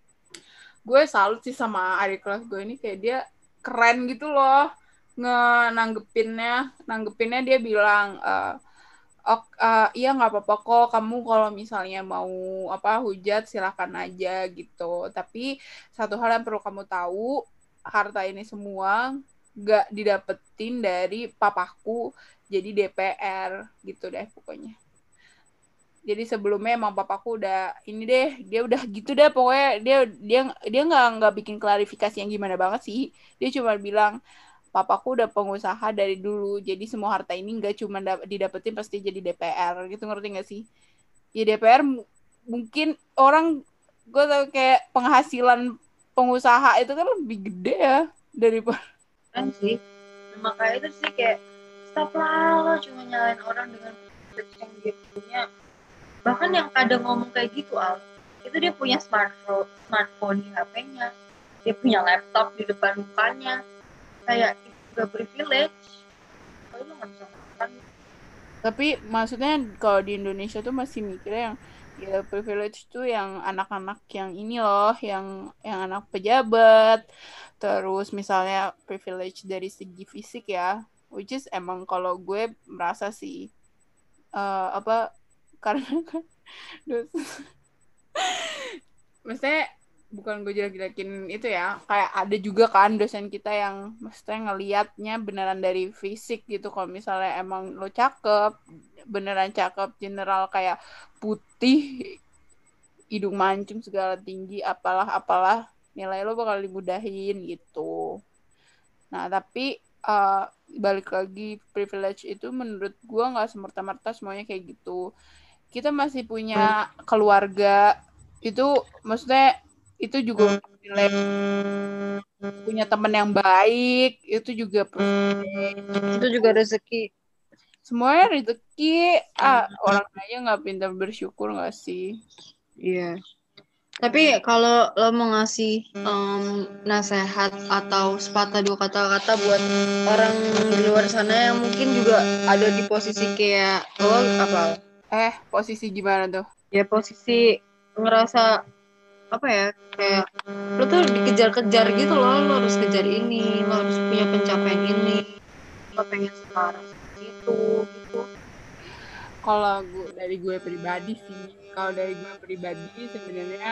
gue salut sih sama adik kelas gue ini, kayak dia keren gitu loh nanggepinnya dia bilang Iya nggak apa-apa kok, kamu kalau misalnya mau hujat silahkan aja gitu. Tapi satu hal yang perlu kamu tahu, harta ini semua nggak didapetin dari papaku jadi DPR gitu deh pokoknya. Jadi sebelumnya emang papaku udah ini deh, dia udah gitu deh pokoknya dia dia dia nggak bikin klarifikasi yang gimana banget sih. Dia cuma bilang papaku udah pengusaha dari dulu, jadi semua harta ini nggak cuma didapetin pasti jadi DPR gitu, ngerti nggak sih? Ya DPR mungkin orang gue tau kayak penghasilan pengusaha itu kan lebih gede ya daripada kan sih. Nah, makanya itu sih kayak stop lah lo cuma nyalain orang dengan privilege yang dia punya. Bahkan yang kadang ngomong kayak gitu Al, itu dia punya smartphone di HP-nya, dia punya laptop di depan mukanya, kayak itu juga privilege. Kalau lo nggak bisa makan. tapi maksudnya kalau di Indonesia tuh masih mikirnya yang ya privilege tuh yang anak-anak yang ini loh, yang anak pejabat, terus misalnya privilege dari segi fisik ya, which is emang kalau gue merasa sih karena kan maksudnya bukan gue jelek-jelekin itu ya, kayak ada juga kan dosen kita yang maksudnya ngelihatnya beneran dari fisik gitu. Kalau misalnya emang lo cakep, beneran cakep, general kayak putih, hidung mancung segala tinggi, apalah nilai lo bakal dimudahin gitu. Nah tapi balik lagi, privilege itu menurut gue nggak semerta-merta semuanya kayak gitu. Kita masih punya keluarga, itu maksudnya itu juga nilai, punya teman yang baik itu juga Itu juga rezeki. semuanya rezeki. Orang aja nggak pintar bersyukur nggak sih? Iya. Tapi kalau lo mau ngasih nasihat atau sepatah dua kata-kata buat orang di luar sana yang mungkin juga ada di posisi kayak lo, apa? Posisi gimana tuh? Ya posisi ngerasa apa ya, kayak lo tuh dikejar-kejar gitu loh, lo harus kejar ini, lo harus punya pencapaian ini, lo pengen sekarang itu gitu. Kalau dari gue pribadi sih, kalau dari gue pribadi sebenarnya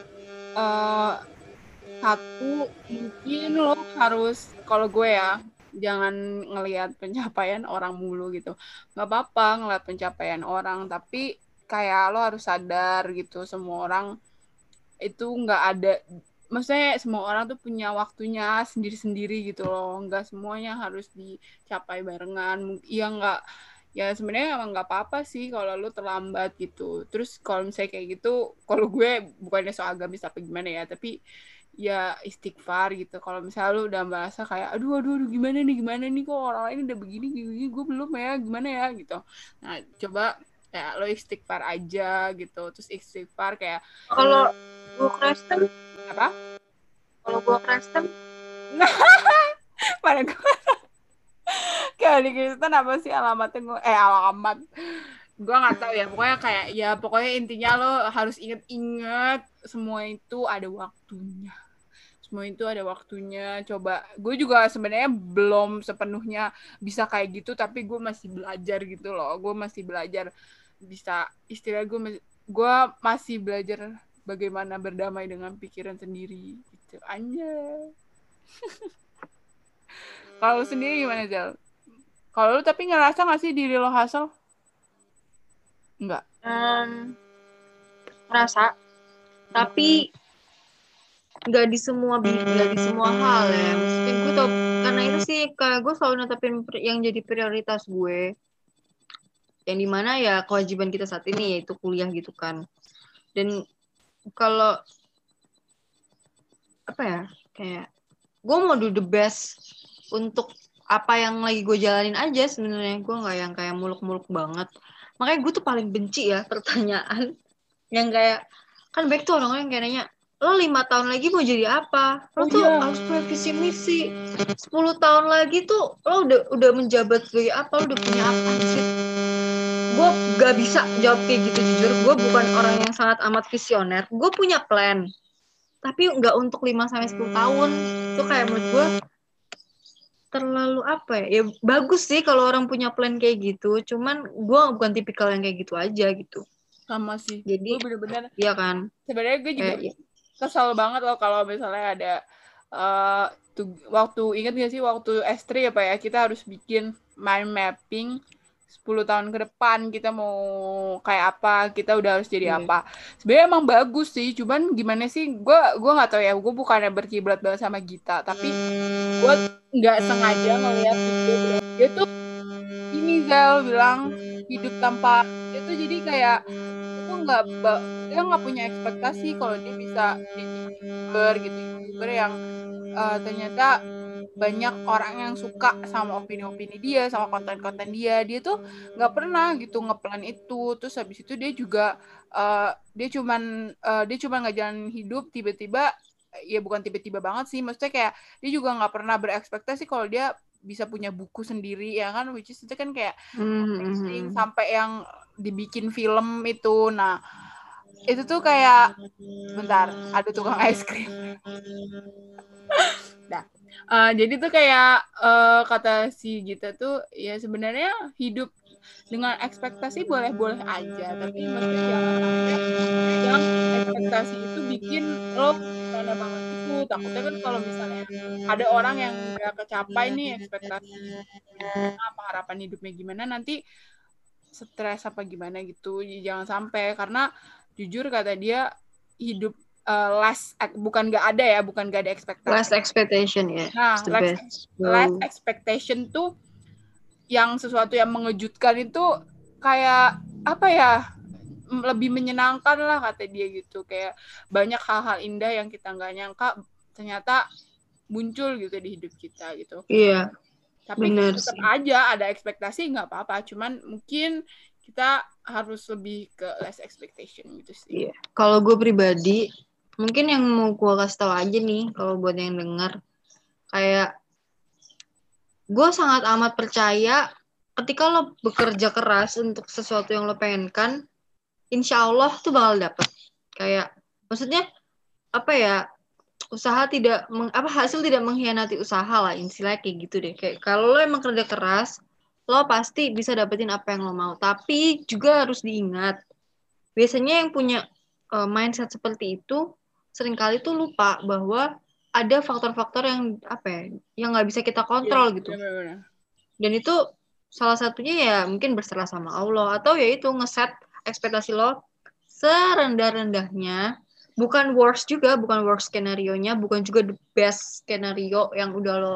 satu, mungkin lo harus, kalau gue ya, jangan ngelihat pencapaian orang mulu gitu. Nggak apa-apa ngelihat pencapaian orang, tapi kayak lo harus sadar gitu, semua orang itu nggak ada, maksudnya semua orang tuh punya waktunya sendiri-sendiri gitu loh, nggak semuanya harus dicapai barengan. Iya nggak, ya sebenarnya emang nggak apa-apa sih kalau lu terlambat gitu. Terus kalau misalnya kayak gitu, kalau gue bukannya so agamis apa gimana ya, tapi ya istighfar gitu. Kalau misalnya lu udah merasa kayak aduh gimana nih kok orang lain udah begini gue belum ya, gimana ya gitu. Nah coba ya lo istighfar aja gitu. Terus istighfar kayak Kalau gue Kristen, apa? kalau gue Kristen, Mana gue kayak di Kristen apa sih alamatnya gue alamat gue nggak tahu ya, pokoknya kayak ya pokoknya intinya lo harus inget-inget semua itu ada waktunya, semua itu ada waktunya. Coba gue juga sebenarnya belum sepenuhnya bisa kayak gitu, tapi gue masih belajar gitu loh, gue masih belajar, bisa istilah gue masih belajar bagaimana berdamai dengan pikiran sendiri gitu aja. Kalau sendiri gimana Zal? Kalau lu tapi ngerasa gak sih diri lo hustle? Enggak. ngerasa, tapi nggak di semua hal ya. Maksudnya gue tau, karena itu sih kayak gue selalu netepin yang jadi prioritas gue, yang dimana ya kewajiban kita saat ini yaitu kuliah gitu kan. Dan kalau apa ya, kayak gue mau do the best untuk apa yang lagi gue jalanin aja sebenarnya. Gue nggak yang kayak muluk-muluk banget. Makanya gue tuh paling benci ya pertanyaan yang kayak, kan baik tuh orang-orang yang kayak nanya, lo 5 tahun lagi mau jadi apa? Lo tuh harus punya visi misi. 10 tahun lagi tuh lo udah menjabat sebagai apa? Lo udah punya apa sih? Gue gak bisa jawab kayak gitu jujur. Gue bukan orang yang sangat amat visioner. Gue punya plan, tapi nggak untuk 5-10 tahun. Itu kayak menurut gue terlalu apa ya? Ya bagus sih kalau orang punya plan kayak gitu. Cuman gue bukan tipikal yang kayak gitu aja gitu. Sama sih. Jadi, Gue bener-bener. iya kan. Sebenarnya gue juga kesal banget loh kalau misalnya ada waktu ingat gak sih waktu S3 apa ya kita harus bikin mind mapping 10 tahun ke depan kita mau kayak apa, kita udah harus jadi apa. Sebenarnya emang bagus sih, cuman gimana sih, gue nggak tahu ya, gue bukannya berkiblat banget sama Gita, tapi gue nggak sengaja ngeliat video dia tuh ini Zal bilang hidup tanpa itu, jadi kayak itu dia nggak punya ekspektasi kalau dia bisa jadi youtuber yang ternyata banyak orang yang suka sama opini-opini dia, sama konten-konten dia tuh nggak pernah gitu ngeplan itu. Terus habis itu dia juga dia cuman ngejalanin hidup tiba-tiba, ya bukan tiba-tiba banget sih, maksudnya kayak dia juga nggak pernah berekspektasi kalau dia bisa punya buku sendiri ya kan, which is itu kan kayak amazing, sampai yang dibikin film itu. Nah itu tuh kayak bentar ada tukang es krim. Nah, jadi tuh kayak kata si Gita tuh ya sebenarnya hidup dengan ekspektasi boleh-boleh aja, tapi maksudnya jangan sampai yang ekspektasi itu bikin lo gimana banget itu. Takutnya kan kalau misalnya ada orang yang udah kecapai nih ekspektasi apa harapan hidupnya gimana, nanti stres apa gimana gitu. Jangan sampai, karena jujur kata dia hidup bukan nggak ada ekspektasi. Last expectation ya. Nah, last expectation tuh yang sesuatu yang mengejutkan itu kayak apa ya, lebih menyenangkan lah kata dia gitu, kayak banyak hal-hal indah yang kita nggak nyangka ternyata muncul gitu di hidup kita gitu. Iya. Tapi tetap aja ada ekspektasi nggak apa-apa, cuman mungkin kita harus lebih ke less expectation gitu sih. Iya. Kalau gue pribadi, mungkin yang mau gue kasih tau aja nih, kalau buat yang denger, kayak gue sangat amat percaya ketika lo bekerja keras untuk sesuatu yang lo pengenkan, insya Allah tuh bakal dapet. Kayak, maksudnya apa ya? Usaha tidak hasil tidak mengkhianati usaha lah, istilahnya kayak gitu deh. Kayak kalau lo emang kerja keras, lo pasti bisa dapetin apa yang lo mau. Tapi juga harus diingat, biasanya yang punya mindset seperti itu seringkali tuh lupa bahwa ada faktor-faktor yang apa ya, yang nggak bisa kita kontrol gitu. Bener-bener. Dan itu salah satunya ya mungkin berserah sama Allah, atau ya itu ngeset ekspektasi lo serendah-rendahnya. Bukan worst skenario-nya, bukan juga the best skenario yang udah lo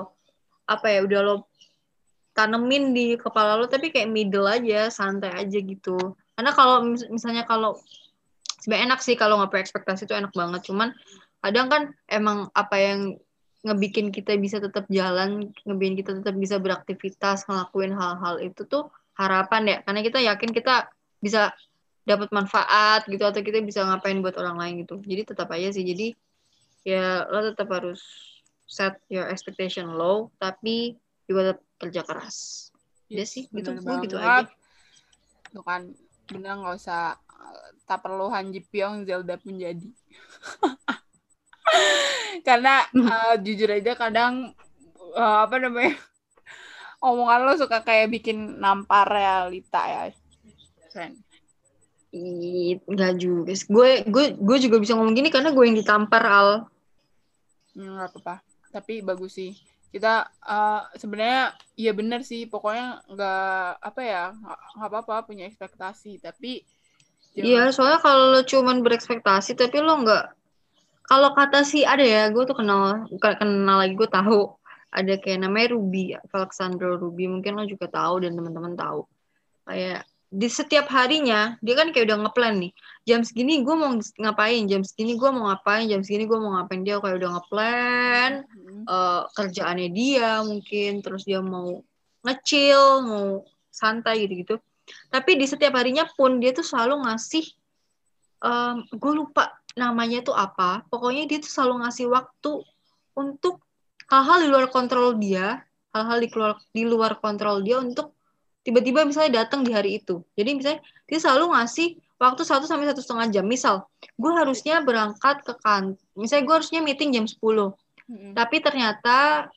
tanemin di kepala lo, tapi kayak middle aja, santai aja gitu. Karena kalau misalnya kalau sebenarnya enak sih kalau nggak berekspektasi itu enak banget, cuman kadang kan emang apa yang ngebikin kita bisa tetap jalan, ngebikin kita tetap bisa beraktivitas, ngelakuin hal-hal itu tuh harapan ya, karena kita yakin kita bisa dapat manfaat gitu, atau kita bisa ngapain buat orang lain gitu. Jadi tetap aja sih, jadi ya lo tetap harus set your expectation low, tapi juga tetap kerja keras. Iya sih, gitu aja. Tuh kan, bener, nggak usah tak perlu Han Ji Pyong, Zelda pun jadi. Karena jujur aja kadang omongan lo suka kayak bikin nampar realita ya, friend. Enggak juga. Gue juga bisa ngomong gini karena gue yang ditampar, Al. Nggak apa-apa. Tapi bagus sih. Kita sebenarnya ya benar sih. Pokoknya nggak apa-apa punya ekspektasi. Tapi iya, soalnya kalau lo cuman berekspektasi tapi lo nggak. Kalau kata si ada ya, gue tuh kenal lagi, gue tahu ada kayak namanya Ruby, Alexandra Ruby, mungkin lo juga tahu dan teman-teman tahu. Kayak di setiap harinya dia kan kayak udah ngeplan nih, jam segini gue mau ngapain, jam segini gue mau ngapain, jam segini gue mau ngapain. Dia kayak udah ngeplan kerjaannya dia mungkin, terus dia mau nge-chill, mau santai gitu-gitu. Tapi di setiap harinya pun dia tuh selalu ngasih, gue lupa namanya tuh apa, pokoknya dia tuh selalu ngasih waktu untuk hal-hal di luar kontrol dia, hal-hal di luar kontrol dia untuk tiba-tiba misalnya datang di hari itu. Jadi misalnya dia selalu ngasih waktu 1 sampai 1,5 jam. Misal, gue harusnya berangkat ke kantor, misalnya gue harusnya meeting jam 10. Tapi ternyata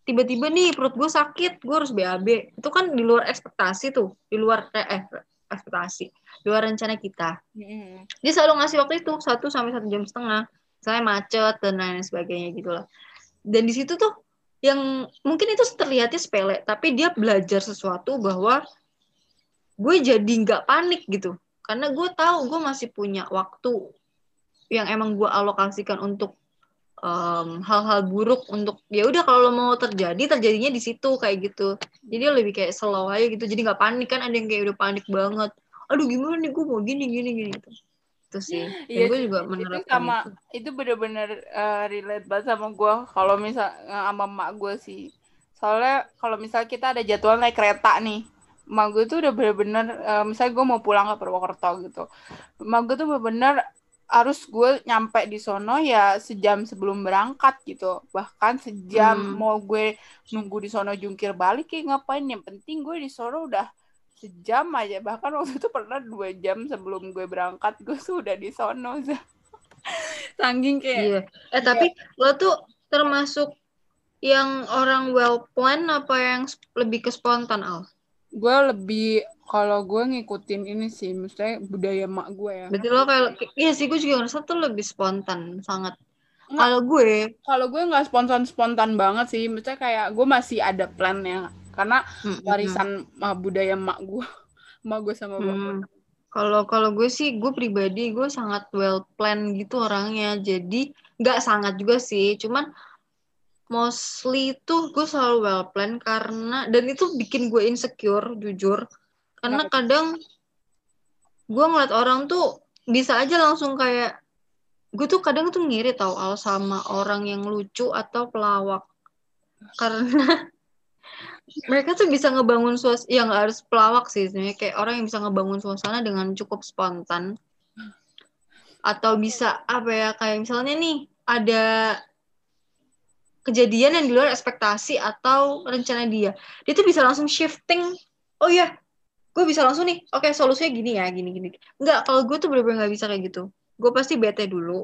tiba-tiba nih perut gue sakit, gue harus BAB. Itu kan di luar ekspektasi tuh, di luar ekspektasi, di luar rencana kita. Dia selalu ngasih waktu itu 1 sampai 1,5 jam, misalnya macet dan lain sebagainya gitu loh. Dan di situ tuh yang mungkin itu terlihatnya sepele, tapi dia belajar sesuatu bahwa gue jadi nggak panik gitu, karena gue tahu gue masih punya waktu yang emang gue alokasikan untuk hal-hal buruk, untuk ya udah kalau lo mau terjadinya di situ kayak gitu. Jadi lebih kayak slow aja gitu, jadi nggak panik. Kan ada yang kayak udah panik banget, aduh gimana nih gue mau gini gitu. Itu sih, dan gue juga menerapkan itu. Itu bener-bener relate banget sama gue kalau misal sama emak gue sih. Soalnya kalau misal kita ada jadwal naik kereta nih, emak gue tuh udah bener-bener misalnya gue mau pulang ke Purwokerto gitu, emak gue tuh bener-bener harus gue nyampe di sono ya sejam sebelum berangkat gitu, bahkan sejam. Mau gue nunggu di sono jungkir balik kayak ngapain, yang penting gue di sono udah sejam aja. Bahkan waktu itu pernah 2 jam sebelum gue berangkat gue sudah di sono. Saking kayak tapi lo tuh termasuk yang orang well plan apa yang lebih ke spontan, Al? Gue lebih, kalau gue ngikutin ini sih, maksudnya budaya mak gue ya. Berarti lo kayak, iya sih gue juga ngerasa tuh lebih spontan, sangat. Kalau gue nggak spontan banget sih, maksudnya kayak gue masih ada plannya, karena warisan budaya mak gue sama bapak. Kalau gue sih, gue pribadi gue sangat well plan gitu orangnya. Jadi nggak sangat juga sih, cuman mostly tuh gue selalu well plan, karena dan itu bikin gue insecure jujur. Karena kadang gue ngeliat orang tuh bisa aja langsung kayak, gue tuh kadang tuh ngiri tau Al sama orang yang lucu atau pelawak, karena mereka tuh bisa ngebangun suasana, ya nggak harus pelawak sih sebenarnya, kayak orang yang bisa ngebangun suasana dengan cukup spontan. Atau bisa apa ya, kayak misalnya nih ada kejadian yang di luar ekspektasi atau rencana dia tuh bisa langsung shifting. Oh ya, gue bisa langsung nih, oke, solusinya gini ya, gini. Enggak, kalau gue tuh bener-bener nggak bisa kayak gitu. Gue pasti bete dulu,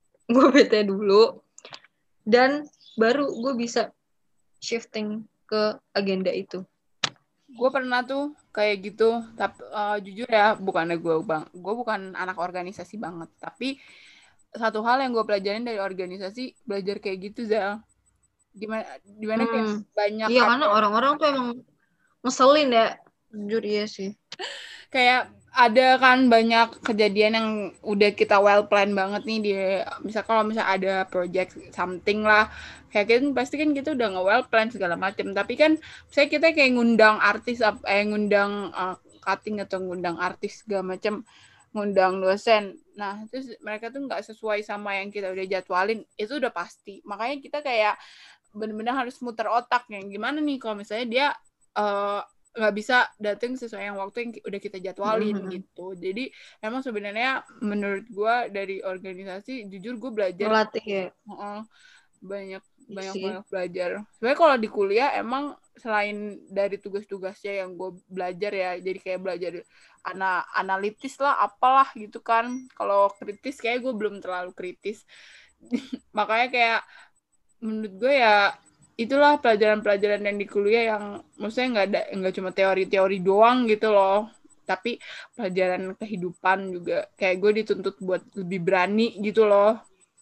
dan baru gue bisa shifting ke agenda itu. Gue pernah tuh kayak gitu, tapi jujur ya, gue bukan anak organisasi banget, tapi satu hal yang gue pelajarin dari organisasi, belajar kayak gitu, Zal. Gimana kayak banyak iya, karena orang-orang tuh emang ngeselin ya, jujur. Iya sih, kayak ada kan banyak kejadian yang udah kita well plan banget nih, kalau misalnya ada project something lah, kayak kan pasti kan kita udah nge-well plan segala macam, tapi kan saya kita kayak ngundang artis, ngundang cutting atau ngundang artis segala macam, ngundang dosen, nah terus mereka tuh nggak sesuai sama yang kita udah jadwalin, itu udah pasti. Makanya kita kayak benar-benar harus muter otak, yang gimana nih kalau misalnya dia nggak bisa datang sesuai yang waktu yang udah kita jadwalin gitu. Jadi emang sebenarnya menurut gue dari organisasi, jujur gue belajar melatih ya. banyak belajar. Sebenarnya kalau di kuliah emang selain dari tugas-tugasnya yang gue belajar ya, jadi kayak belajar analitis lah, apalah gitu kan. Kalau kritis kayak gue belum terlalu kritis. Makanya kayak menurut gue ya itulah pelajaran-pelajaran yang di kuliah yang maksudnya nggak cuma teori-teori doang gitu loh, tapi pelajaran kehidupan juga, kayak gue dituntut buat lebih berani gitu loh.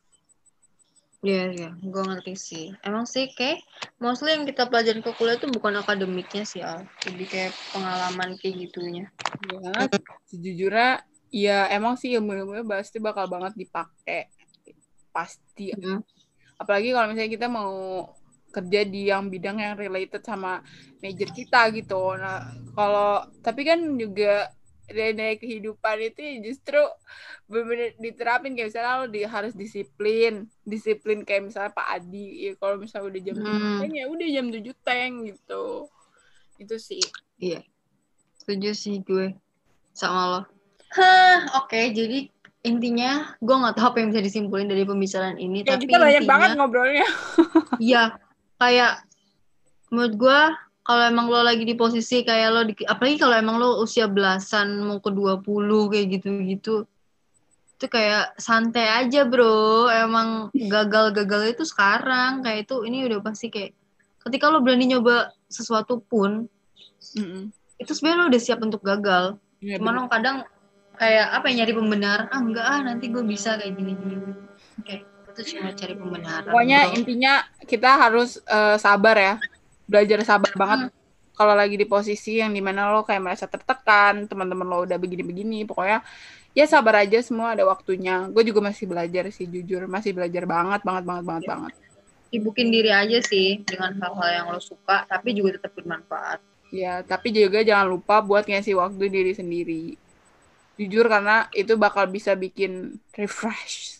Iya, gue ngerti sih. Emang sih kayak mostly yang kita pelajarin ke kuliah itu bukan akademiknya sih, Al. Jadi kayak pengalaman kayak gitunya. Ya, karena sejujurnya ya emang sih ilmu-ilmunya pasti bakal banget dipakai, pasti. Apalagi kalau misalnya kita mau kerja di yang bidang yang related sama major kita gitu. Nah, tapi kan juga dari kehidupan itu justru benar-benar diterapin, kayak misalnya lo harus disiplin kayak misalnya Pak Adi, ya kalau misalnya udah jam 7 teng ya udah jam 7 teng gitu. Itu sih. Iya. Setuju sih gue sama lo. Oke, jadi intinya gue nggak tahu apa yang bisa disimpulin dari pembicaraan ini, Ya, tapi kita banyak intinya banget ngobrolnya. iya, kayak menurut gue kalau emang lo lagi di posisi kayak lo apalagi kalau emang lo usia belasan mau ke 20 kayak gitu-gitu, itu kayak santai aja bro. Emang gagal itu sekarang, kayak itu ini udah pasti kayak ketika lo berani nyoba sesuatu pun, itu sebenarnya lo udah siap untuk gagal. Ya, cuman lo kadang kayak apa ya, nyari pembenaran, enggak nanti gue bisa kayak gini. Kayak itu cuma cari pembenaran. Pokoknya intinya kita harus sabar ya, belajar sabar banget. Kalau lagi di posisi yang dimana lo kayak merasa tertekan, teman-teman lo udah begini-begini, pokoknya ya sabar aja, semua ada waktunya. Gue juga masih belajar sih, jujur masih belajar banget. Sibukin diri aja sih dengan hal-hal yang lo suka, tapi juga tetap bermanfaat. Ya, tapi juga jangan lupa buat ngasih waktu diri sendiri. Jujur, karena itu bakal bisa bikin refresh.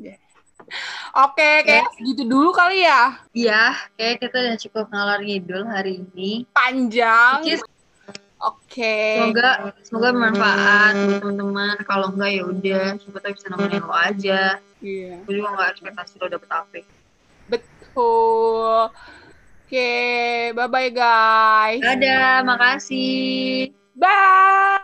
Oke, kayak segitu dulu kali ya. Iya, kayak kita udah cukup ngalor ngidul hari ini. Panjang. Oke. Semoga bermanfaat buat teman-teman. Kalau enggak ya udah, coba kita bisa nemenin lo aja. Iya. Gue juga nggak ekspektasi lo dapet apa. Betul. Oke, bye-bye guys. Dadah, makasih. Bye.